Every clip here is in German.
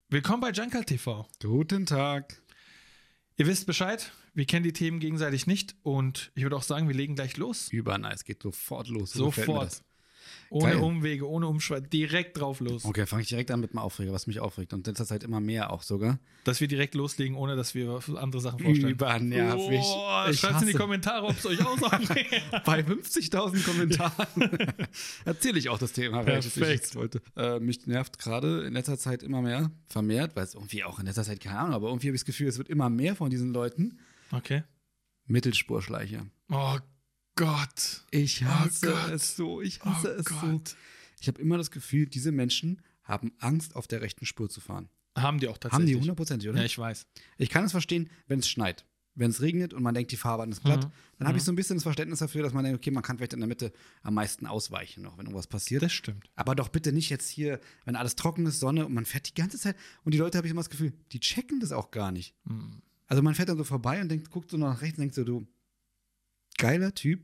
Willkommen bei Junkal TV. Guten Tag. Ihr wisst Bescheid, wir kennen die Themen gegenseitig nicht und ich würde auch sagen, wir legen gleich los. Übernice, geht sofort los. So Sofort. Ohne Geil. Umwege, ohne Umschweiß, direkt drauf los. Okay, fange ich direkt an mit dem Aufreger, was mich aufregt. Und in letzter Zeit immer mehr auch sogar. Dass wir direkt loslegen, ohne dass wir andere Sachen vorstellen. Übernervig. Schreibt in die Kommentare, ob es euch auch so aufregt. Bei 50.000 Kommentaren erzähle ich auch das Thema, welches ich jetzt wollte. Mich nervt gerade in letzter Zeit immer mehr, vermehrt, weil es irgendwie auch in letzter Zeit, keine Ahnung, aber irgendwie habe ich das Gefühl, es wird immer mehr von diesen Leuten. Okay. Mittelspurschleicher. Oh Gott. Ich hasse es so. Ich hasse es Gott. so. Ich habe immer das Gefühl, diese Menschen haben Angst, auf der rechten Spur zu fahren. Haben die auch Haben tatsächlich. die 100%, oder? Ja, ich weiß. Ich kann es verstehen, wenn es schneit. Wenn es regnet und man denkt, die Fahrbahn ist glatt, dann habe ich so ein bisschen das Verständnis dafür, dass man denkt, okay, man kann vielleicht in der Mitte am meisten ausweichen noch, wenn irgendwas passiert. Das stimmt. Aber doch bitte nicht jetzt hier, wenn alles trocken ist, Sonne und man fährt die ganze Zeit und die Leute, habe ich immer das Gefühl, die checken das auch gar nicht. Also man fährt dann so vorbei und denkt, guckt so nach rechts und denkt so, du geiler Typ,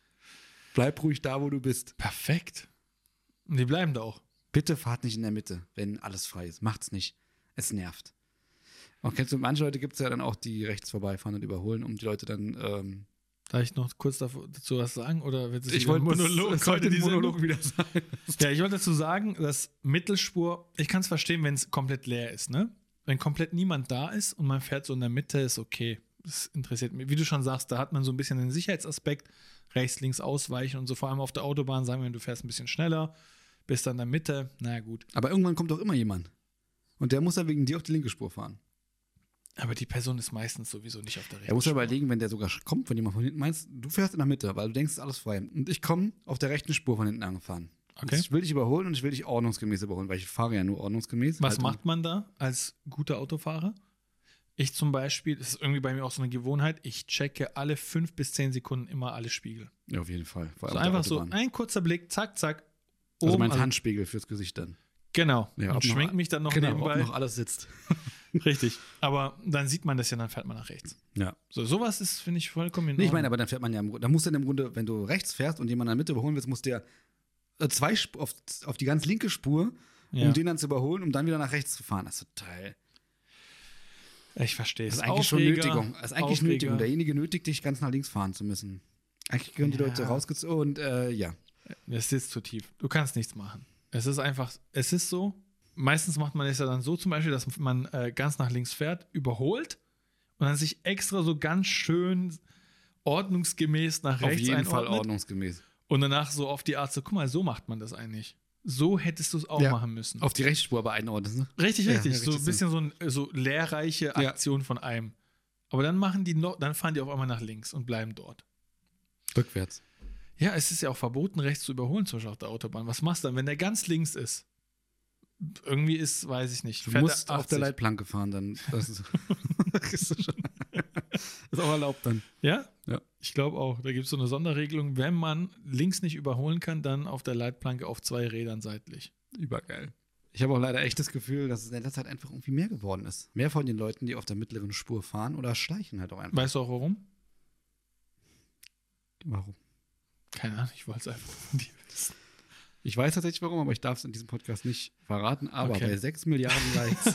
bleib ruhig da, wo du bist. Perfekt. Und die bleiben da auch. Bitte fahrt nicht in der Mitte, wenn alles frei ist. Macht's nicht. Es nervt. Und kennst du, manche Leute gibt es ja dann auch, die rechts vorbeifahren und überholen, um die Leute dann. Darf ich noch kurz dazu was sagen? Oder wird es Ich wollte heute den Monolog wieder sein. Ja, ich wollte dazu sagen, dass Mittelspur, ich kann es verstehen, wenn es komplett leer ist, ne? Wenn komplett niemand da ist und man fährt so in der Mitte, ist okay. Das interessiert mich. Wie du schon sagst, da hat man so ein bisschen den Sicherheitsaspekt, rechts, links ausweichen und so, vor allem auf der Autobahn, sagen wir, du fährst ein bisschen schneller, bist dann in der Mitte, na gut. Aber irgendwann kommt doch immer jemand. Und der muss dann wegen dir auf die linke Spur fahren. Aber die Person ist meistens sowieso nicht auf der rechten Er muss ja Spur. überlegen, wenn der sogar kommt, wenn jemand von hinten meinst, du fährst in der Mitte, weil du denkst, es ist alles frei. Und ich komme auf der rechten Spur von hinten angefahren. Okay. Ich will dich überholen und ich will dich ordnungsgemäß überholen, weil ich fahre ja nur ordnungsgemäß. Was Halt macht man da als guter Autofahrer? Ich zum Beispiel, das ist irgendwie bei mir auch so eine Gewohnheit, ich checke alle 5 bis 10 Sekunden immer alle Spiegel. Ja, auf jeden Fall. Vor So allem auf der einfach so Autobahn. ein kurzer Blick, zack, zack. Also oben, mein Handspiegel fürs Gesicht dann. Genau. Ja, und ob noch- schwenkt mich dann noch Genau, nebenbei. ob noch alles sitzt. Richtig. Aber dann sieht man das ja, dann fährt man nach rechts. Ja. So, sowas ist, finde ich, vollkommen in Nee, ich Ordnung. meine, aber dann fährt man ja da muss dann im Grunde, wenn du rechts fährst und jemanden in der Mitte überholen willst, musst du ja auf die ganz linke Spur, Ja. um den dann zu überholen, um dann wieder nach rechts zu fahren. Das ist total. Ich verstehe es. Das ist eigentlich schon Nötigung. Das ist eigentlich Aufreger. Nötigung. Derjenige nötigt dich, ganz nach links fahren zu müssen. Eigentlich können die Ja. Leute rausgezogen und ja. Das sitzt zu tief. Du kannst nichts machen. Es ist einfach, es ist so. Meistens macht man es ja dann so zum Beispiel, dass man ganz nach links fährt, überholt und dann sich extra so ganz schön ordnungsgemäß nach Auf rechts jeden Fall einordnet. ordnungsgemäß. Und danach so auf die Art so, guck mal, so macht man das eigentlich. So hättest du es auch Ja. machen müssen. Auf die Rechtsspur aber einordnen. Ne? Richtig, Ja, richtig. ja, So ein richtig bisschen so lehrreiche Ja. Aktion von einem. Aber dann dann fahren die auf einmal nach links und bleiben dort. Rückwärts. Ja, es ist ja auch verboten, rechts zu überholen, zum Beispiel auf der Autobahn. Was machst du dann, wenn der ganz links ist? Irgendwie ist, weiß ich nicht. Du fährt musst er auf der 80. Leitplanke fahren, dann. Das ist, ist auch erlaubt dann. Ja? Ja. Ich glaube auch. Da gibt es so eine Sonderregelung. Wenn man links nicht überholen kann, dann auf der Leitplanke auf 2 Rädern seitlich. Übergeil. Ich habe auch leider echt das Gefühl, dass es in letzter Zeit einfach irgendwie mehr geworden ist. Mehr von den Leuten, die auf der mittleren Spur fahren oder schleichen halt auch einfach. Weißt du auch warum? Warum? Keine Ahnung, ich wollte es einfach von dir wissen. Ich weiß tatsächlich warum, aber ich darf es in diesem Podcast nicht verraten. Aber Okay. bei 6 Milliarden Likes.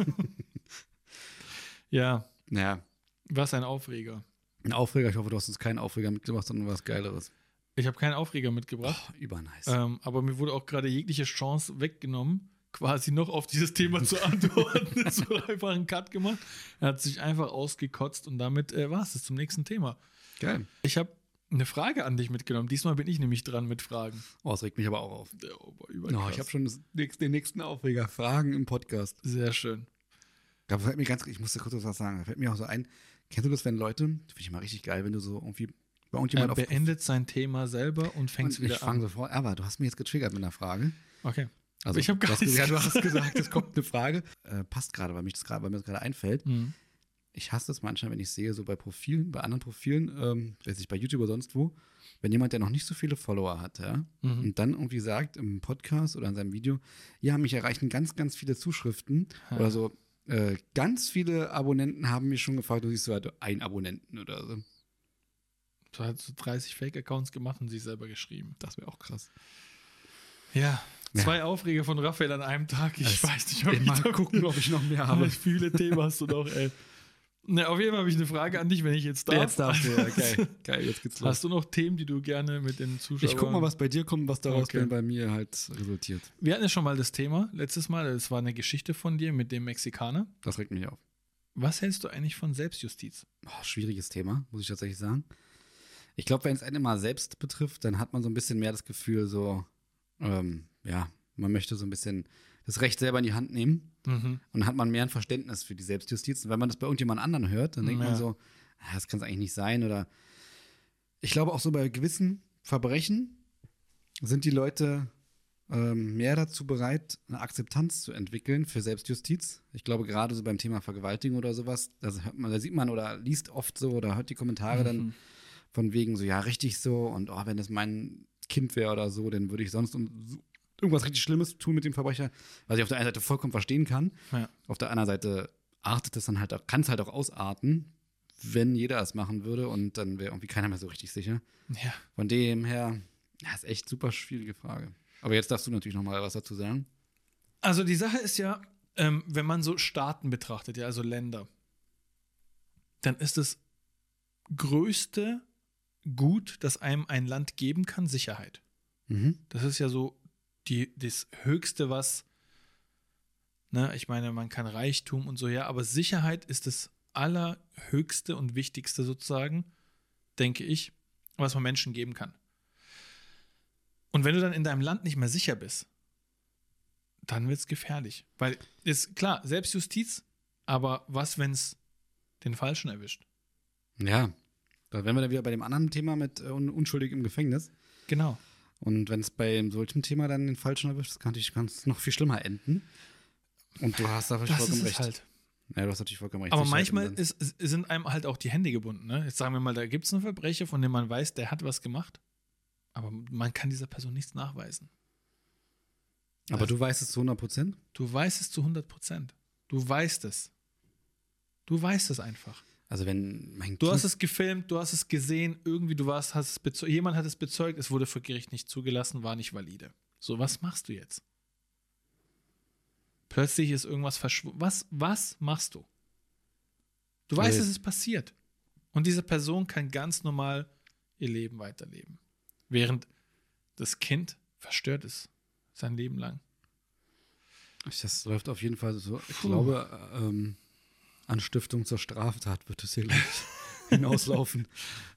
Ja, Naja, was ein Aufreger. ein Aufreger. Ich hoffe, du hast uns keinen Aufreger mitgebracht, sondern was Geileres. Ich habe keinen Aufreger mitgebracht. Übernice. Aber mir wurde auch gerade jegliche Chance weggenommen, quasi noch auf dieses Thema zu antworten. Es wurde einfach einen Cut gemacht. Er hat sich einfach ausgekotzt und damit war es zum nächsten Thema. Geil. Ich habe eine Frage an dich mitgenommen. Diesmal bin ich nämlich dran mit Fragen. Oh, das regt mich aber auch auf. Überkrass. Ich habe schon den nächsten Aufreger. Fragen im Podcast. Sehr schön. Da fällt mir ich musste kurz was sagen. Da fällt mir auch so ein, kennst du das, wenn Leute, das finde ich mal richtig geil, wenn du so irgendwie bei Er irgendjemand beendet sein Thema selber und fängt es und wieder ich fange an. sofort, aber du hast mich jetzt getriggert mit einer Frage. Okay. Also, Ich hab gar du hast nichts gesagt, du hast gesagt. gesagt, es kommt eine Frage. Passt gerade, weil mir das gerade einfällt. Mhm. Ich hasse es manchmal, wenn ich sehe, so bei Profilen, bei anderen Profilen, weiß ich, bei YouTube oder sonst wo, wenn jemand, der noch nicht so viele Follower hat, ja, und dann irgendwie sagt im Podcast oder in seinem Video, ja, mich erreichen ganz, ganz viele Zuschriften oder so, ganz viele Abonnenten haben mich schon gefragt, du siehst so halt einen Abonnenten oder so. Du hast so 30 Fake-Accounts gemacht und sich selber geschrieben. Das wäre auch krass. Ja. 2 Aufreger von Raphael an einem Tag. Ich weiß nicht, ob mal gucken, ob ich noch mehr habe. Viele Themen hast du noch, ey. Na, auf jeden Fall habe ich eine Frage an dich, wenn ich jetzt darf. Jetzt darfst du, ja. Geil, jetzt geht's los. Hast du noch Themen, die du gerne mit den Zuschauern... Ich guck mal, was bei dir kommt, was daraus dann bei mir halt resultiert. Wir hatten ja schon mal das Thema, letztes Mal, das war eine Geschichte von dir mit dem Mexikaner. Das regt mich auf. Was hältst du eigentlich von Selbstjustiz? Schwieriges Thema, muss ich tatsächlich sagen. Ich glaube, wenn es einen mal selbst betrifft, dann hat man so ein bisschen mehr das Gefühl, so, man möchte so ein bisschen das Recht selber in die Hand nehmen. Und dann hat man mehr ein Verständnis für die Selbstjustiz. Und wenn man das bei irgendjemand anderen hört, dann denkt man so, das kann es eigentlich nicht sein. Oder ich glaube auch so bei gewissen Verbrechen sind die Leute mehr dazu bereit, eine Akzeptanz zu entwickeln für Selbstjustiz. Ich glaube, gerade so beim Thema Vergewaltigung oder sowas, da sieht man oder liest oft so oder hört die Kommentare dann von wegen so, ja, richtig so und wenn das mein Kind wäre oder so, dann würde ich sonst irgendwas richtig Schlimmes tun mit dem Verbrecher, was ich auf der einen Seite vollkommen verstehen kann. Ja. Auf der anderen Seite artet es dann halt auch, kann es halt auch ausarten, wenn jeder es machen würde und dann wäre irgendwie keiner mehr so richtig sicher. Ja. Von dem her, ist echt super schwierige Frage. Aber jetzt darfst du natürlich noch mal was dazu sagen. Also die Sache ist ja, wenn man so Staaten betrachtet, ja, also Länder, dann ist das größte Gut, das einem ein Land geben kann, Sicherheit. Das ist ja so das Höchste, was, ne, ich meine, man kann Reichtum und so, ja, aber Sicherheit ist das Allerhöchste und Wichtigste sozusagen, denke ich, was man Menschen geben kann. Und wenn du dann in deinem Land nicht mehr sicher bist, dann wird es gefährlich. Weil, ist klar, Selbstjustiz, aber was, wenn es den Falschen erwischt? Ja, da wären wir dann wieder bei dem anderen Thema mit unschuldig im Gefängnis. Genau. Und wenn es bei solchem Thema dann den Falschen erwischt, kann es noch viel schlimmer enden. Und du hast da vollkommen recht. Halt. Ja, du hast natürlich vollkommen recht. Aber manchmal sind einem halt auch die Hände gebunden. Ne? Jetzt sagen wir mal, da gibt es einen Verbrecher, von dem man weiß, der hat was gemacht. Aber man kann dieser Person nichts nachweisen. Aber du weißt es zu 100%? Du weißt es zu 100%. Du weißt es. Du weißt es einfach. Also wenn mein Kind... Du hast es gefilmt, du hast es gesehen, irgendwie jemand hat es bezeugt, es wurde vor Gericht nicht zugelassen, war nicht valide. So, was machst du jetzt? Plötzlich ist irgendwas verschwunden. Was machst du? Du weißt, es ist passiert. Und diese Person kann ganz normal ihr Leben weiterleben. Während das Kind verstört ist. Sein Leben lang. Das läuft auf jeden Fall so. Ich glaube, Anstiftung zur Straftat wird es hier gleich hinauslaufen.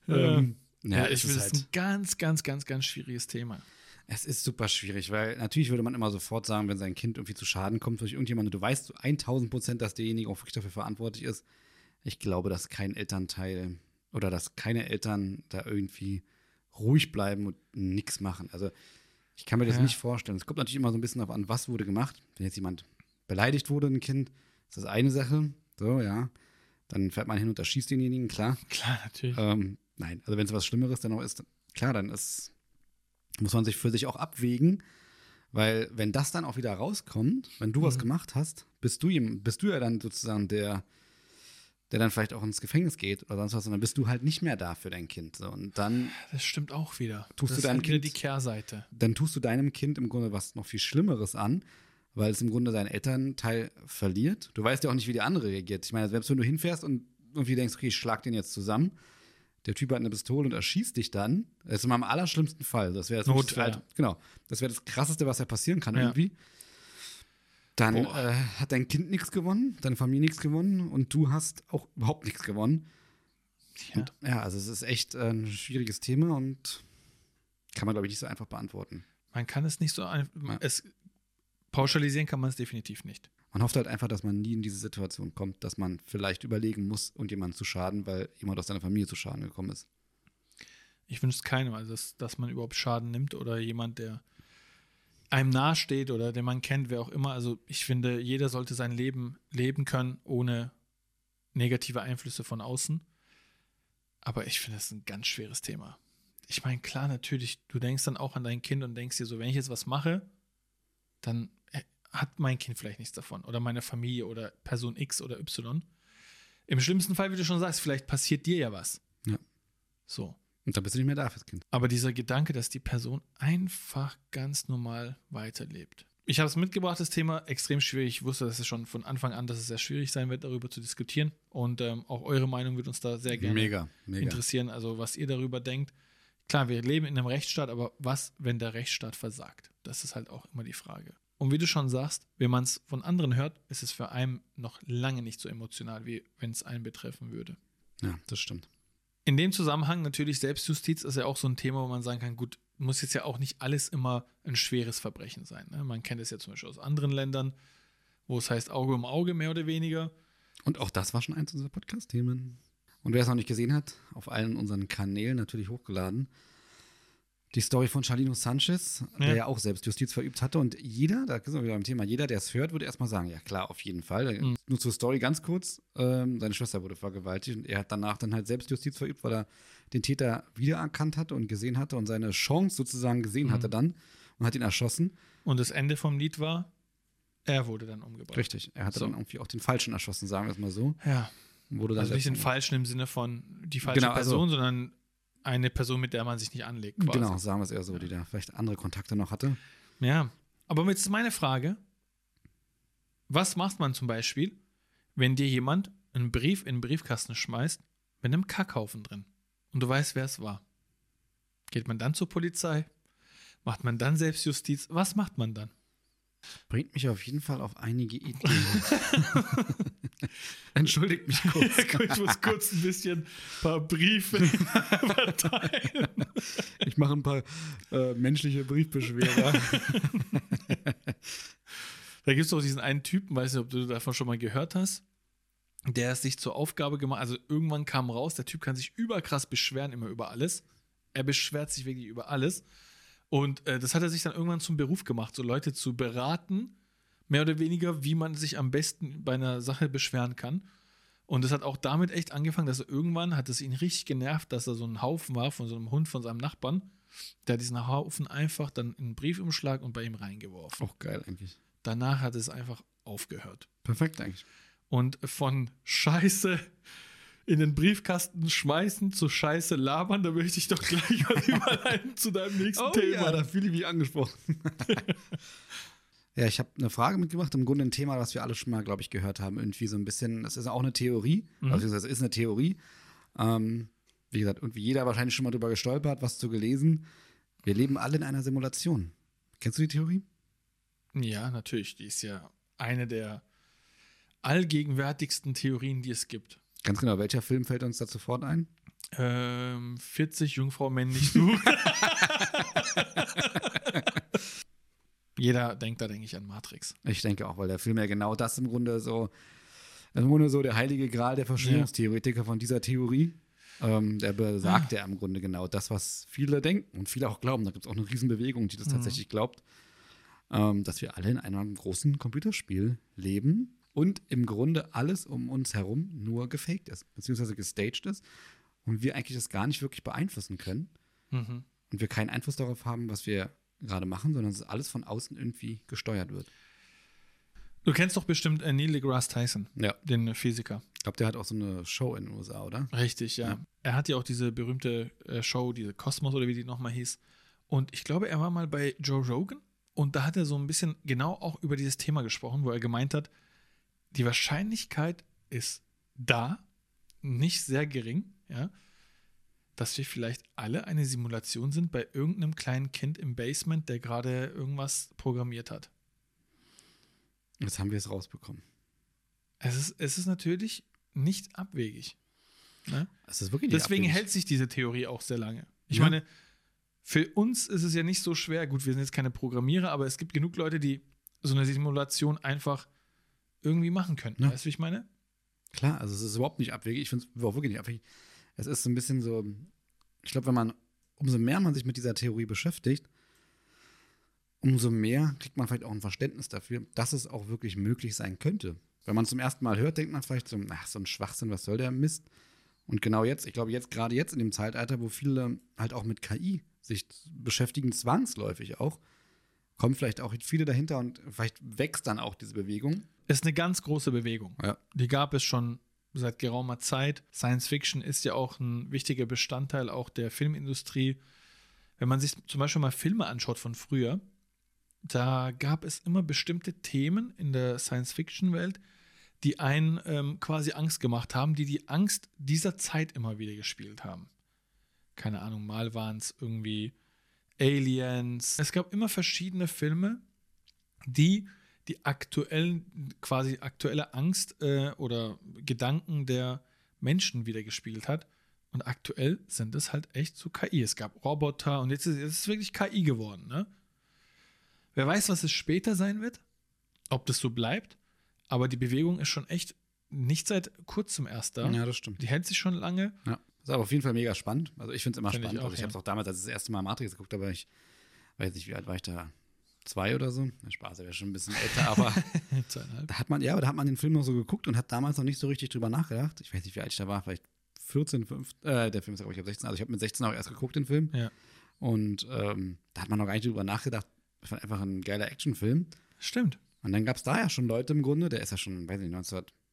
Ich finde es ein ganz, ganz, ganz, ganz schwieriges Thema. Es ist super schwierig, weil natürlich würde man immer sofort sagen, wenn sein Kind irgendwie zu Schaden kommt durch irgendjemanden, du weißt zu 1000%, dass derjenige auch wirklich dafür verantwortlich ist. Ich glaube, dass kein Elternteil oder dass keine Eltern da irgendwie ruhig bleiben und nichts machen. Also ich kann mir das nicht vorstellen. Es kommt natürlich immer so ein bisschen darauf an, was wurde gemacht. Wenn jetzt jemand beleidigt wurde, ein Kind, ist das eine Sache. So, ja. Dann fährt man hin und erschießt denjenigen, klar. Klar, natürlich. Nein, also wenn es was Schlimmeres dann auch ist, klar, dann muss man sich für sich auch abwägen, weil wenn das dann auch wieder rauskommt, wenn du was gemacht hast, bist du ja dann sozusagen der dann vielleicht auch ins Gefängnis geht oder sonst was, und dann bist du halt nicht mehr da für dein Kind. So. Und dann das stimmt auch wieder. Das ist halt die Kehrseite. Dann tust du deinem Kind im Grunde was noch viel Schlimmeres an, weil es im Grunde seinen Elternteil verliert. Du weißt ja auch nicht, wie der andere reagiert. Ich meine, selbst wenn du hinfährst und irgendwie denkst, okay, ich schlag den jetzt zusammen, der Typ hat eine Pistole und erschießt dich dann. Das ist immer im allerschlimmsten Fall. Das wäre das wäre das Krasseste, was ja passieren kann irgendwie. Dann hat dein Kind nichts gewonnen, deine Familie nichts gewonnen und du hast auch überhaupt nichts gewonnen. Ja. Und, also es ist echt ein schwieriges Thema und kann man, glaube ich, nicht so einfach beantworten. Man kann es nicht so einfach. Pauschalisieren kann man es definitiv nicht. Man hofft halt einfach, dass man nie in diese Situation kommt, dass man vielleicht überlegen muss, jemandem zu schaden, weil jemand aus seiner Familie zu Schaden gekommen ist. Ich wünsche es keinem, also dass man überhaupt Schaden nimmt oder jemand, der einem nahesteht oder den man kennt, wer auch immer. Also ich finde, jeder sollte sein Leben leben können, ohne negative Einflüsse von außen. Aber ich finde, das ist ein ganz schweres Thema. Ich meine, klar, natürlich, du denkst dann auch an dein Kind und denkst dir so, wenn ich jetzt was mache, dann hat mein Kind vielleicht nichts davon oder meine Familie oder Person X oder Y. Im schlimmsten Fall, wie du schon sagst, vielleicht passiert dir ja was. Ja. So. Und dann bist du nicht mehr da fürs Kind. Aber dieser Gedanke, dass die Person einfach ganz normal weiterlebt. Ich habe es mitgebracht, das Thema, extrem schwierig. Ich wusste, dass es schon von Anfang an, dass es sehr schwierig sein wird, darüber zu diskutieren. Und auch eure Meinung wird uns da sehr gerne Mega. interessieren. Also was ihr darüber denkt. Klar, wir leben in einem Rechtsstaat, aber was, wenn der Rechtsstaat versagt? Das ist halt auch immer die Frage. Und wie du schon sagst, wenn man es von anderen hört, ist es für einen noch lange nicht so emotional, wie wenn es einen betreffen würde. Ja, das stimmt. In dem Zusammenhang natürlich Selbstjustiz ist ja auch so ein Thema, wo man sagen kann, gut, muss jetzt ja auch nicht alles immer ein schweres Verbrechen sein. Ne? Man kennt es ja zum Beispiel aus anderen Ländern, wo es heißt Auge um Auge, mehr oder weniger. Und auch das war schon eins unserer Podcast-Themen. Und wer es noch nicht gesehen hat, auf allen unseren Kanälen natürlich hochgeladen. Die Story von Charlino Sanchez, der ja auch Selbstjustiz verübt hatte. Und jeder, da sind wir wieder beim Thema, jeder, der es hört, würde erstmal sagen, ja klar, auf jeden Fall. Nur zur Story ganz kurz, seine Schwester wurde vergewaltigt und er hat danach dann halt Selbstjustiz verübt, weil er den Täter wiedererkannt hatte und gesehen hatte und seine Chance sozusagen gesehen hatte dann und hat ihn erschossen. Und das Ende vom Lied war, er wurde dann umgebracht. Richtig, er hatte dann irgendwie auch den Falschen erschossen, sagen wir es mal so. Ja, Wurde dann also nicht den Falschen im Sinne von die falsche Person, sondern eine Person, mit der man sich nicht anlegt. Quasi. Genau, sagen wir es eher so, die da vielleicht andere Kontakte noch hatte. Ja, aber jetzt ist meine Frage, was macht man zum Beispiel, wenn dir jemand einen Brief in den Briefkasten schmeißt mit einem Kackhaufen drin und du weißt, wer es war? Geht man dann zur Polizei? Macht man dann Selbstjustiz? Was macht man dann? Bringt mich auf jeden Fall auf einige Ideen. Entschuldigt mich kurz. Ich muss kurz ein paar Briefe verteilen. Ich mache ein paar menschliche Briefbeschwerer. Da gibt es doch diesen einen Typen, weiß nicht, ob du davon schon mal gehört hast, der es sich zur Aufgabe gemacht hat. Also irgendwann kam raus, der Typ kann sich überkrass beschweren, immer über alles. Er beschwert sich wirklich über alles. Und das hat er sich dann irgendwann zum Beruf gemacht, so Leute zu beraten, mehr oder weniger, wie man sich am besten bei einer Sache beschweren kann. Und das hat auch damit echt angefangen, dass er irgendwann, hat es ihn richtig genervt, dass er so ein Haufen war von so einem Hund von seinem Nachbarn. Der hat diesen Haufen einfach dann in einen Briefumschlag und bei ihm reingeworfen. Auch geil eigentlich. Danach hat es einfach aufgehört. Perfekt eigentlich. Und von Scheiße in den Briefkasten schmeißen zu Scheiße labern, da möchte ich doch gleich mal überleiten zu deinem nächsten Thema. Ja, da fühle ich mich angesprochen. Ja, ich habe eine Frage mitgebracht, im Grunde ein Thema, was wir alle schon mal, glaube ich, gehört haben. Irgendwie so ein bisschen, das ist auch eine Theorie, also es ist eine Theorie. Wie gesagt, irgendwie jeder wahrscheinlich schon mal drüber gestolpert, was zu gelesen. Wir leben alle in einer Simulation. Kennst du die Theorie? Ja, natürlich. Die ist ja eine der allgegenwärtigsten Theorien, die es gibt. Ganz genau. Welcher Film fällt uns da sofort ein? 40 Jungfrau männlich sucht. Jeder denkt da, denke ich, an Matrix. Ich denke auch, weil der Film ja genau das im Grunde so der heilige Gral der Verschwörungstheoretiker von dieser Theorie. Der besagt ja im Grunde genau das, was viele denken und viele auch glauben. Da gibt es auch eine Riesenbewegung, die das tatsächlich glaubt, dass wir alle in einem großen Computerspiel leben und im Grunde alles um uns herum nur gefaked ist, beziehungsweise gestaged ist und wir eigentlich das gar nicht wirklich beeinflussen können und wir keinen Einfluss darauf haben, was wir gerade machen, sondern dass alles von außen irgendwie gesteuert wird. Du kennst doch bestimmt Neil deGrasse Tyson, Ja. Den Physiker. Ich glaube, der hat auch so eine Show in den USA, oder? Richtig, ja. Er hat ja auch diese berühmte Show, diese Kosmos oder wie die nochmal hieß. Und ich glaube, er war mal bei Joe Rogan und da hat er so ein bisschen genau auch über dieses Thema gesprochen, wo er gemeint hat, die Wahrscheinlichkeit ist da, nicht sehr gering, ja, dass wir vielleicht alle eine Simulation sind bei irgendeinem kleinen Kind im Basement, der gerade irgendwas programmiert hat. Jetzt haben wir es rausbekommen. Es ist natürlich nicht abwegig. Ne? Es ist wirklich nicht Deswegen abwegig. hält sich diese Theorie auch sehr lange. Ich meine, für uns ist es ja nicht so schwer. Gut, wir sind jetzt keine Programmierer, aber es gibt genug Leute, die so eine Simulation einfach irgendwie machen können. Ja. Weißt du, wie ich meine? Klar, also es ist überhaupt nicht abwegig. Ich finde es auch wirklich nicht abwegig. Es ist so ein bisschen so, ich glaube, umso mehr man sich mit dieser Theorie beschäftigt, umso mehr kriegt man vielleicht auch ein Verständnis dafür, dass es auch wirklich möglich sein könnte. Wenn man es zum ersten Mal hört, denkt man vielleicht so, ach, so ein Schwachsinn, was soll der Mist? Und genau jetzt, ich glaube gerade jetzt in dem Zeitalter, wo viele halt auch mit KI sich beschäftigen, zwangsläufig auch, kommen vielleicht auch viele dahinter und vielleicht wächst dann auch diese Bewegung. Es ist eine ganz große Bewegung. Ja. Die gab es schon seit geraumer Zeit. Science Fiction ist ja auch ein wichtiger Bestandteil auch der Filmindustrie. Wenn man sich zum Beispiel mal Filme anschaut von früher, da gab es immer bestimmte Themen in der Science-Fiction-Welt, die einen quasi Angst gemacht haben, die Angst dieser Zeit immer wieder gespielt haben. Keine Ahnung, mal waren es irgendwie Aliens. Es gab immer verschiedene Filme, die aktuelle Angst oder Gedanken der Menschen wieder gespielt hat. Und aktuell sind es halt echt so KI. Es gab Roboter und jetzt ist es wirklich KI geworden, ne? Wer weiß, was es später sein wird, ob das so bleibt, aber die Bewegung ist schon echt nicht seit kurzem erst da. Ja, das stimmt. Die hält sich schon lange. Ja, ist aber auf jeden Fall mega spannend. Also ich finde es immer Find ich spannend. auch, Also ich habe es auch damals, als ich das erste Mal Matrix geguckt habe, ich weiß nicht, wie alt war ich da? 2 oder so? Na, Spaß, er wäre schon ein bisschen älter, aber 2,5. da hat man den Film noch so geguckt und hat damals noch nicht so richtig drüber nachgedacht. Ich weiß nicht, wie alt ich da war, vielleicht 14, 15, der Film ist, glaube ich, ab 16. Also ich habe mit 16 auch erst geguckt, den Film. Ja. Und da hat man noch gar nicht drüber nachgedacht. Das war einfach ein geiler Actionfilm. Stimmt. Und dann gab es da ja schon Leute im Grunde, der ist ja schon, weiß nicht,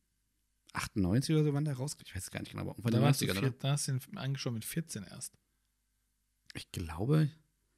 1998 oder so, wann der rauskam. Ich weiß es gar nicht genau, aber irgendwann Da in den warst du 90ern, oder? da hast du ihn angeschaut mit 14 erst. Ich glaube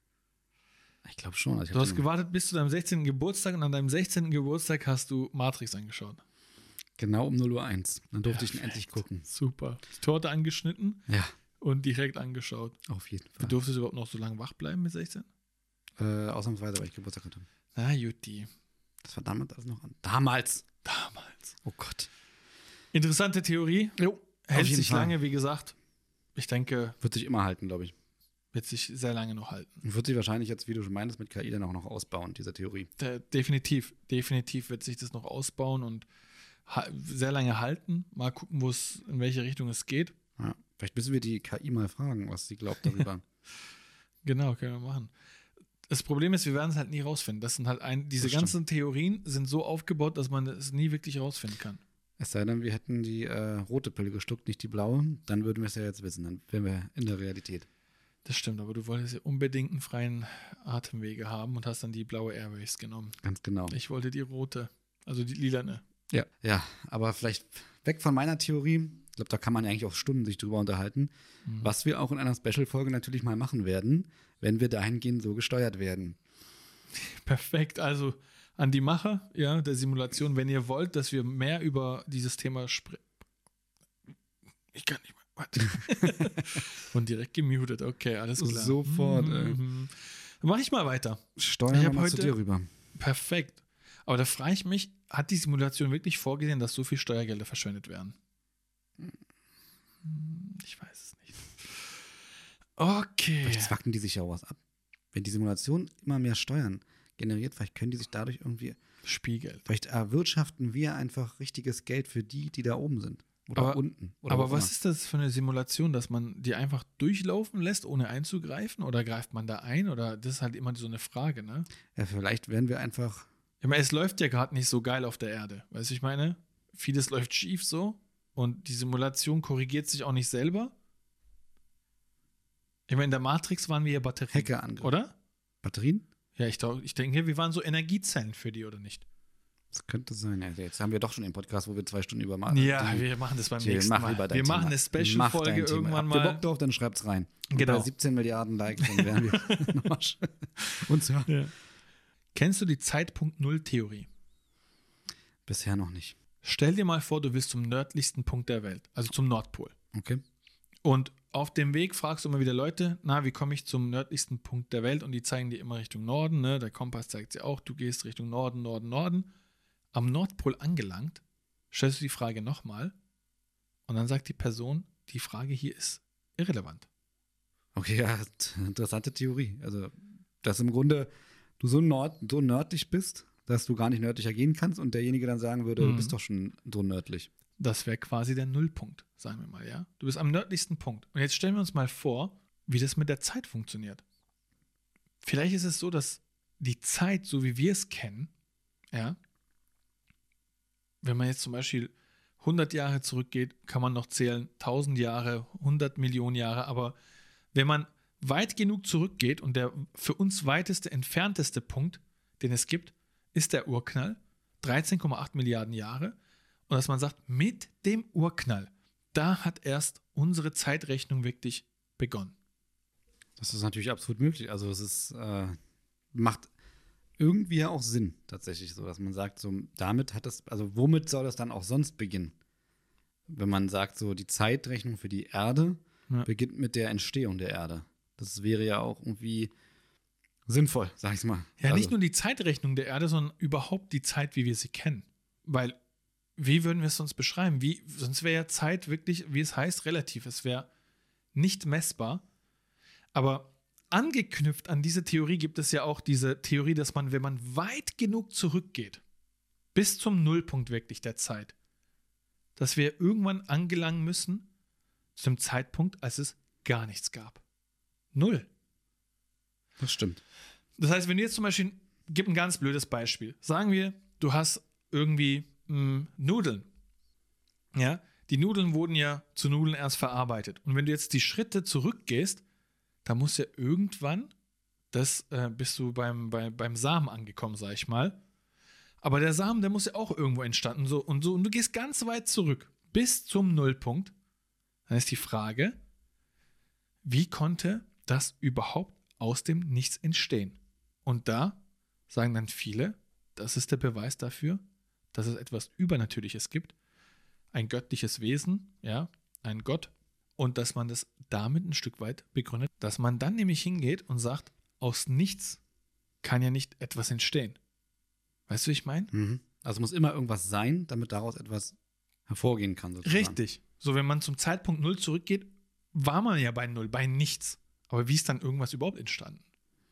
schon. Also ich Du hab hast den- gewartet bis zu deinem 16. Geburtstag und an deinem 16. Geburtstag hast du Matrix angeschaut. Genau um 0:01 Uhr. Dann durfte ich ihn endlich gucken. Super. Die Torte angeschnitten Ja, und direkt angeschaut. auf jeden Du Fall. durftest überhaupt noch so lange wach bleiben mit 16? Ausnahmsweise, weil ich Geburtstag hatte. Na, Jutti. Das war damals alles noch an. Damals! Damals. Oh Gott. Interessante Theorie. Jo, Hält auf jeden sich Fall. lange, wie gesagt. Ich denke, Wird sich immer halten, glaube ich. wird sich sehr lange noch halten. Und wird sich wahrscheinlich jetzt, wie du schon meintest, mit KI dann auch noch ausbauen, diese Theorie. Definitiv wird sich das noch ausbauen und sehr lange halten. Mal gucken, in welche Richtung es geht. Ja. Vielleicht müssen wir die KI mal fragen, was sie glaubt darüber. Genau, können wir machen. Das Problem ist, wir werden es halt nie rausfinden. Das sind halt diese Das stimmt. ganzen Theorien sind so aufgebaut, dass man es nie wirklich rausfinden kann. Es sei denn, wir hätten die rote Pille gestuckt, nicht die blaue. Dann würden wir es ja jetzt wissen. Dann wären wir in der Realität. Das stimmt, aber du wolltest ja unbedingt einen freien Atemwege haben und hast dann die blaue Airways genommen. Ganz genau. Ich wollte die rote, also die lilane. Ja, aber vielleicht weg von meiner Theorie. Ich glaube, da kann man ja eigentlich auch Stunden sich drüber unterhalten. Was wir auch in einer Special-Folge natürlich mal machen werden, wenn wir dahingehend so gesteuert werden. Perfekt, also an die Macher der Simulation, wenn ihr wollt, dass wir mehr über dieses Thema sprechen. Ich kann nicht mehr. Warte. Und direkt gemutet, okay, alles klar. Sofort, Dann mache ich mal weiter. Steuern Ich wir hab mal zu heute- dir rüber. Perfekt. Aber da frage ich mich, hat die Simulation wirklich vorgesehen, dass so viel Steuergelder verschwendet werden? Ich weiß es nicht. Okay. Vielleicht zwacken die sich ja auch was ab. Wenn die Simulation immer mehr Steuern generiert, vielleicht können die sich dadurch irgendwie, Spielgeld. vielleicht erwirtschaften wir einfach richtiges Geld für die da oben sind. Oder Aber- unten. Oder Aber wo was immer. ist das für eine Simulation, dass man die einfach durchlaufen lässt, ohne einzugreifen? Oder greift man da ein? Oder das ist halt immer so eine Frage, ne? Ja, vielleicht werden wir einfach. Ich meine, es läuft ja gerade nicht so geil auf der Erde. Weißt du, ich meine? Vieles läuft schief so und die Simulation korrigiert sich auch nicht selber. Ich meine, in der Matrix waren wir ja Batterien. Hackerangriff. Oder? Batterien? Ja, ich denke, wir waren so Energiezellen für die, oder nicht? Das könnte sein. Ja, jetzt haben wir doch schon den Podcast, wo wir 2 Stunden über Wir machen das beim nächsten Mal. Wir machen eine Special-Folge irgendwann Habt ihr mal. Bock drauf, dann schreibt's rein. Und Genau. bei 17 Milliarden Likes, dann werden wir nochmal uns hören. Ja. Kennst du die Zeitpunkt-Null-Theorie? Bisher noch nicht. Stell dir mal vor, du willst zum nördlichsten Punkt der Welt, also zum Nordpol. Okay. Und auf dem Weg fragst du immer wieder Leute, wie komme ich zum nördlichsten Punkt der Welt? Und die zeigen dir immer Richtung Norden, ne? Der Kompass zeigt dir auch, du gehst Richtung Norden, Norden, Norden. Am Nordpol angelangt, stellst du die Frage nochmal und dann sagt die Person, die Frage hier ist irrelevant. Okay, ja, interessante Theorie. Also, dass im Grunde du so nördlich bist, dass du gar nicht nördlicher gehen kannst und derjenige dann sagen würde, du bist doch schon so nördlich. Das wäre quasi der Nullpunkt, sagen wir mal, ja. Du bist am nördlichsten Punkt. Und jetzt stellen wir uns mal vor, wie das mit der Zeit funktioniert. Vielleicht ist es so, dass die Zeit, so wie wir es kennen, ja, wenn man jetzt zum Beispiel 100 Jahre zurückgeht, kann man noch zählen, 1000 Jahre, 100 Millionen Jahre, aber wenn man weit genug zurückgeht und der für uns entfernteste Punkt, den es gibt, ist der Urknall, 13,8 Milliarden Jahre. und dass man sagt, mit dem Urknall, da hat erst unsere Zeitrechnung wirklich begonnen. Das ist natürlich absolut möglich. Also es ist, macht irgendwie ja auch Sinn, tatsächlich so, dass man sagt, so damit hat das, also womit soll das dann auch sonst beginnen? Wenn man sagt, so die Zeitrechnung für die Erde beginnt mit der Entstehung der Erde. Das wäre ja auch irgendwie sinnvoll, sag ich mal. Ja, nicht nur die Zeitrechnung der Erde, sondern überhaupt die Zeit, wie wir sie kennen. Weil, wie würden wir es sonst beschreiben? Sonst wäre ja Zeit wirklich, wie es heißt, relativ. Es wäre nicht messbar. Aber angeknüpft an diese Theorie gibt es ja auch diese Theorie, dass man, wenn man weit genug zurückgeht, bis zum Nullpunkt wirklich der Zeit, dass wir irgendwann angelangen müssen, zu dem Zeitpunkt, als es gar nichts gab. Null. Das stimmt. Das heißt, wenn du jetzt zum Beispiel, gib ein ganz blödes Beispiel. Sagen wir, du hast irgendwie Nudeln. Ja, die Nudeln wurden ja zu Nudeln erst verarbeitet. Und wenn du jetzt die Schritte zurückgehst, dann muss ja irgendwann, bist du beim Samen angekommen, sag ich mal. Aber der Samen, der muss ja auch irgendwo entstanden. Und du gehst ganz weit zurück, bis zum Nullpunkt. Dann ist die Frage, wie konnte das überhaupt aus dem Nichts entstehen? Und da sagen dann viele, das ist der Beweis dafür, dass es etwas Übernatürliches gibt, ein göttliches Wesen, ja, ein Gott, und dass man das damit ein Stück weit begründet, dass man dann nämlich hingeht und sagt, aus nichts kann ja nicht etwas entstehen. Weißt du, wie ich meine? Mhm. Also muss immer irgendwas sein, damit daraus etwas hervorgehen kann, sozusagen. Richtig. So, wenn man zum Zeitpunkt 0 zurückgeht, war man ja bei 0, bei nichts. Aber wie ist dann irgendwas überhaupt entstanden?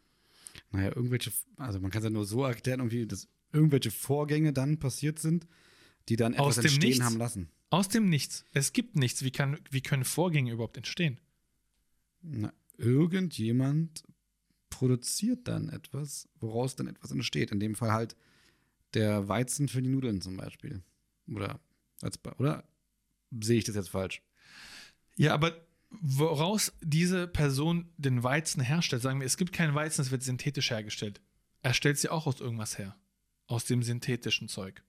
Naja, also man kann es ja nur so erklären, irgendwie, dass irgendwelche Vorgänge dann passiert sind, die dann etwas entstehen Nichts? haben lassen. Aus dem Nichts. Es gibt nichts. Wie können Vorgänge überhaupt entstehen? Na, irgendjemand produziert dann etwas, woraus dann etwas entsteht. In dem Fall halt der Weizen für die Nudeln zum Beispiel. Oder sehe ich das jetzt falsch? Ja, aber woraus diese Person den Weizen herstellt, sagen wir, es gibt keinen Weizen, es wird synthetisch hergestellt. Er stellt sie auch aus irgendwas her. Aus dem synthetischen Zeug.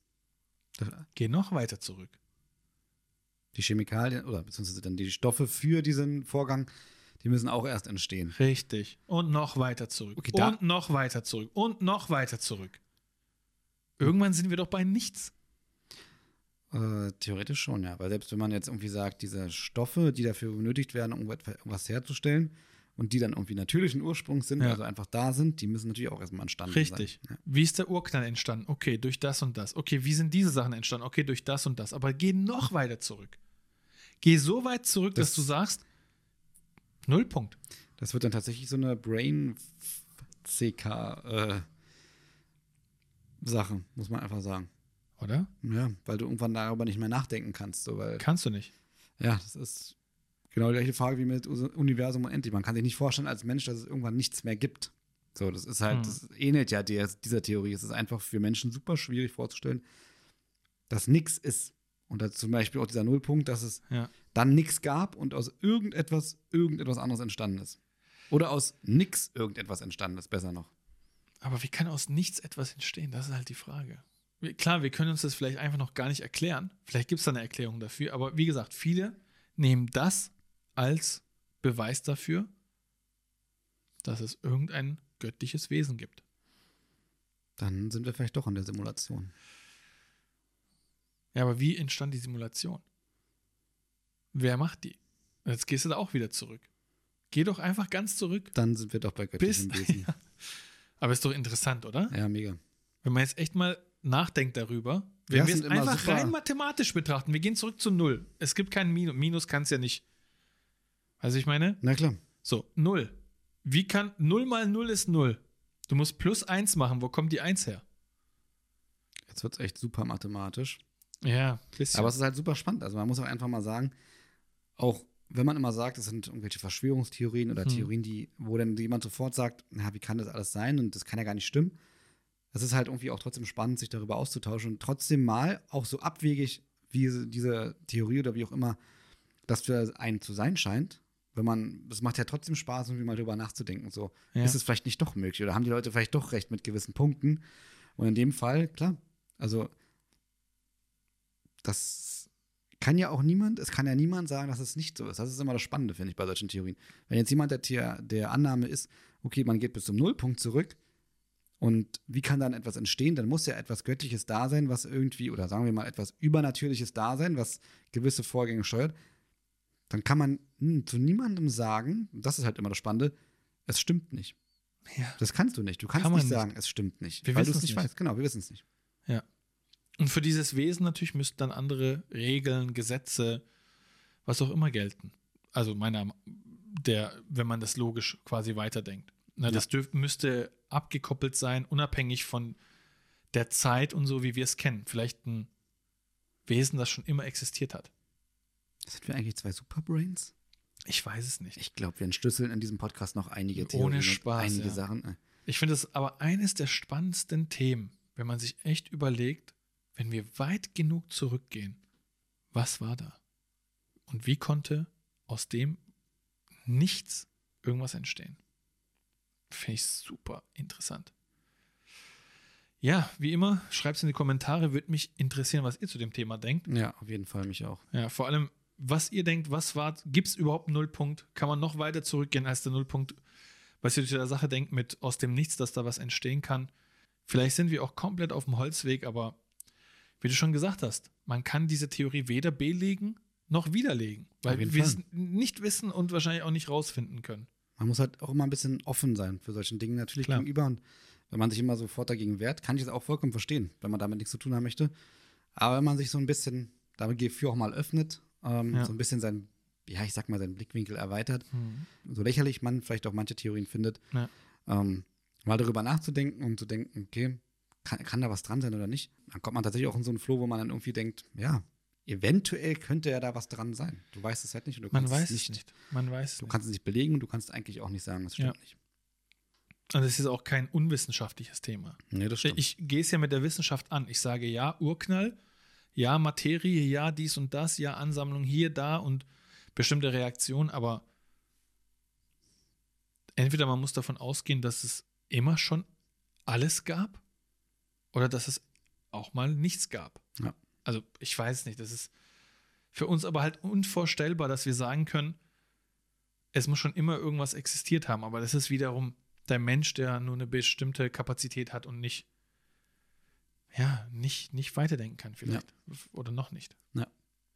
Geh noch weiter zurück. Die Chemikalien oder beziehungsweise dann die Stoffe für diesen Vorgang, die müssen auch erst entstehen. Richtig. Und noch weiter zurück. Okay, und noch weiter zurück. Und noch weiter zurück. Irgendwann sind wir doch bei nichts. Theoretisch schon, ja. Weil selbst wenn man jetzt irgendwie sagt, diese Stoffe, die dafür benötigt werden, um irgendwas herzustellen und die dann irgendwie natürlichen Ursprungs sind, also einfach da sind, die müssen natürlich auch erstmal entstanden sein. Richtig. Ja. Wie ist der Urknall entstanden? Okay, durch das und das. Okay, wie sind diese Sachen entstanden? Okay, durch das und das. Aber geh noch weiter zurück. Geh so weit zurück, dass du sagst, Nullpunkt. Das wird dann tatsächlich so eine Brain-CK-Sache, muss man einfach sagen. Oder? Ja, weil du irgendwann darüber nicht mehr nachdenken kannst. Kannst du nicht. Ja, das ist genau die gleiche Frage wie mit Universum unendlich. Man kann sich nicht vorstellen als Mensch, dass es irgendwann nichts mehr gibt. So, das ist halt, das ähnelt ja dieser Theorie. Es ist einfach für Menschen super schwierig vorzustellen, dass nichts ist. Und da zum Beispiel auch dieser Nullpunkt, dass es dann nichts gab und aus irgendetwas anderes entstanden ist. Oder aus nix irgendetwas entstanden ist, besser noch. Aber wie kann aus nichts etwas entstehen? Das ist halt die Frage. Klar, wir können uns das vielleicht einfach noch gar nicht erklären. Vielleicht gibt es da eine Erklärung dafür. Aber wie gesagt, viele nehmen das als Beweis dafür, dass es irgendein göttliches Wesen gibt. Dann sind wir vielleicht doch in der Simulation. Ja, aber wie entstand die Simulation? Wer macht die? Jetzt gehst du da auch wieder zurück. Geh doch einfach ganz zurück. Dann sind wir doch bei göttlichem Wesen. Ja. Aber ist doch interessant, oder? Ja, mega. Wenn man jetzt echt mal nachdenkt darüber, wenn wir es einfach rein mathematisch betrachten, wir gehen zurück zu 0. Es gibt keinen Minus. Minus kann es ja nicht. Also ich meine? Na klar. So, 0. Wie kann 0 mal 0 ist 0? Du musst plus 1 machen. Wo kommt die 1 her? Jetzt wird es echt super mathematisch. Ja, bisschen. Aber es ist halt super spannend. Also man muss auch einfach mal sagen, auch wenn man immer sagt, es sind irgendwelche Verschwörungstheorien oder Theorien, wo dann jemand sofort sagt, na, wie kann das alles sein und das kann ja gar nicht stimmen. Es ist halt irgendwie auch trotzdem spannend, sich darüber auszutauschen und trotzdem mal auch so abwegig, wie diese Theorie oder wie auch immer das für einen zu sein scheint, das macht ja trotzdem Spaß, irgendwie mal drüber nachzudenken. So, ist es vielleicht nicht doch möglich oder haben die Leute vielleicht doch recht mit gewissen Punkten? Und in dem Fall, klar, also das kann ja auch niemand, es kann ja niemand sagen, dass es nicht so ist. Das ist immer das Spannende, finde ich, bei solchen Theorien. Wenn jetzt jemand der Annahme ist, okay, man geht bis zum Nullpunkt zurück und wie kann dann etwas entstehen, dann muss ja etwas Göttliches da sein, was irgendwie, oder sagen wir mal etwas Übernatürliches da sein, was gewisse Vorgänge steuert. Dann kann man zu niemandem sagen, und das ist halt immer das Spannende, es stimmt nicht. Ja. Das kannst du nicht. Du kannst nicht sagen, es stimmt nicht. Wir weil du wissen es es nicht nicht. weißt. Genau, wir wissen es nicht. Ja. Und für dieses Wesen natürlich müssten dann andere Regeln, Gesetze, was auch immer gelten. Also wenn man das logisch quasi weiterdenkt. Na, das müsste abgekoppelt sein, unabhängig von der Zeit und so, wie wir es kennen. Vielleicht ein Wesen, das schon immer existiert hat. Sind wir eigentlich 2 Superbrains? Ich weiß es nicht. Ich glaube, wir entschlüsseln in diesem Podcast noch einige Theorien Ohne Spaß, und einige ja. Sachen. Ich finde es aber eines der spannendsten Themen, wenn man sich echt überlegt, wenn wir weit genug zurückgehen, was war da? Und wie konnte aus dem nichts irgendwas entstehen? Finde ich super interessant. Ja, wie immer, schreibt es in die Kommentare, würde mich interessieren, was ihr zu dem Thema denkt. Ja, auf jeden Fall, mich auch. Ja, vor allem, was ihr denkt, was war, gibt es überhaupt einen Nullpunkt? Kann man noch weiter zurückgehen als der Nullpunkt? Was ihr zu der Sache denkt mit aus dem Nichts, dass da was entstehen kann? Vielleicht sind wir auch komplett auf dem Holzweg, aber wie du schon gesagt hast, man kann diese Theorie weder belegen noch widerlegen, weil wir es nicht wissen und wahrscheinlich auch nicht rausfinden können. Man muss halt auch immer ein bisschen offen sein für solchen Dingen natürlich Klar. gegenüber. Und wenn man sich immer sofort dagegen wehrt, kann ich es auch vollkommen verstehen, wenn man damit nichts zu tun haben möchte. Aber wenn man sich so ein bisschen dafür auch mal öffnet, so ein bisschen seinen Blickwinkel erweitert, so lächerlich man vielleicht auch manche Theorien findet, mal darüber nachzudenken und zu denken, okay, kann da was dran sein oder nicht, dann kommt man tatsächlich auch in so einen Flow, wo man dann irgendwie denkt, ja, eventuell könnte ja da was dran sein. Du weißt es halt nicht und du kannst es nicht. Man weiß es Du nicht. kannst es nicht belegen und du kannst eigentlich auch nicht sagen, das stimmt nicht. Und es ist auch kein unwissenschaftliches Thema. Nee, das stimmt. Ich gehe es ja mit der Wissenschaft an. Ich sage ja, Urknall, ja, Materie, ja, dies und das, ja, Ansammlung hier, da und bestimmte Reaktionen, aber entweder man muss davon ausgehen, dass es immer schon alles gab oder dass es auch mal nichts gab. Ja. Also ich weiß nicht, das ist für uns aber halt unvorstellbar, dass wir sagen können, es muss schon immer irgendwas existiert haben, aber das ist wiederum der Mensch, der nur eine bestimmte Kapazität hat und nicht weiterdenken kann vielleicht. Oder noch nicht. Ja.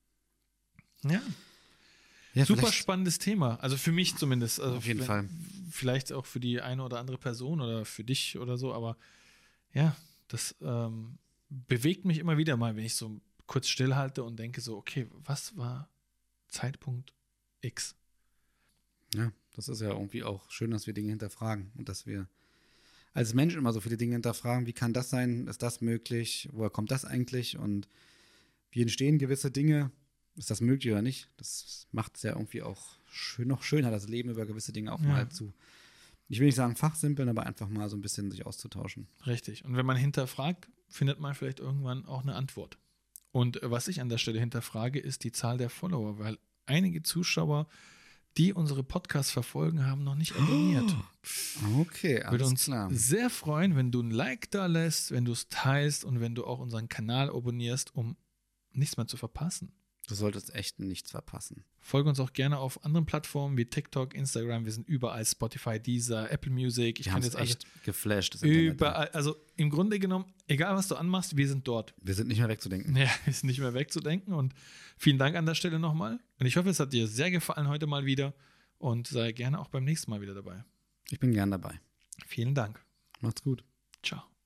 Ja, super spannendes Thema. Also für mich zumindest. Also auf jeden Fall. Vielleicht auch für die eine oder andere Person oder für dich oder so, aber ja, das bewegt mich immer wieder mal, wenn ich so kurz stillhalte und denke so, okay, was war Zeitpunkt X? Ja, das ist ja irgendwie auch schön, dass wir Dinge hinterfragen und dass wir als Mensch immer so viele Dinge hinterfragen. Wie kann das sein? Ist das möglich? Woher kommt das eigentlich? Und wie entstehen gewisse Dinge? Ist das möglich oder nicht? Das macht es ja irgendwie auch noch schöner, das Leben über gewisse Dinge auch mal zu, ich will nicht sagen fachsimpeln, aber einfach mal so ein bisschen sich auszutauschen. Richtig. Und wenn man hinterfragt, findet man vielleicht irgendwann auch eine Antwort. Und was ich an der Stelle hinterfrage, ist die Zahl der Follower, weil einige Zuschauer, die unsere Podcasts verfolgen, haben noch nicht abonniert. Okay, alles Würde uns klar. sehr freuen, wenn du ein Like da lässt, wenn du es teilst und wenn du auch unseren Kanal abonnierst, um nichts mehr zu verpassen. Du solltest echt nichts verpassen. Folge uns auch gerne auf anderen Plattformen wie TikTok, Instagram. Wir sind überall, Spotify, Deezer, Apple Music. Ich habe es echt geflasht. Das überall. Also im Grunde genommen, egal was du anmachst, wir sind dort. Wir sind nicht mehr wegzudenken. Ja, wir sind nicht mehr wegzudenken. Und vielen Dank an der Stelle nochmal. Und ich hoffe, es hat dir sehr gefallen heute mal wieder. Und sei gerne auch beim nächsten Mal wieder dabei. Ich bin gern dabei. Vielen Dank. Macht's gut. Ciao.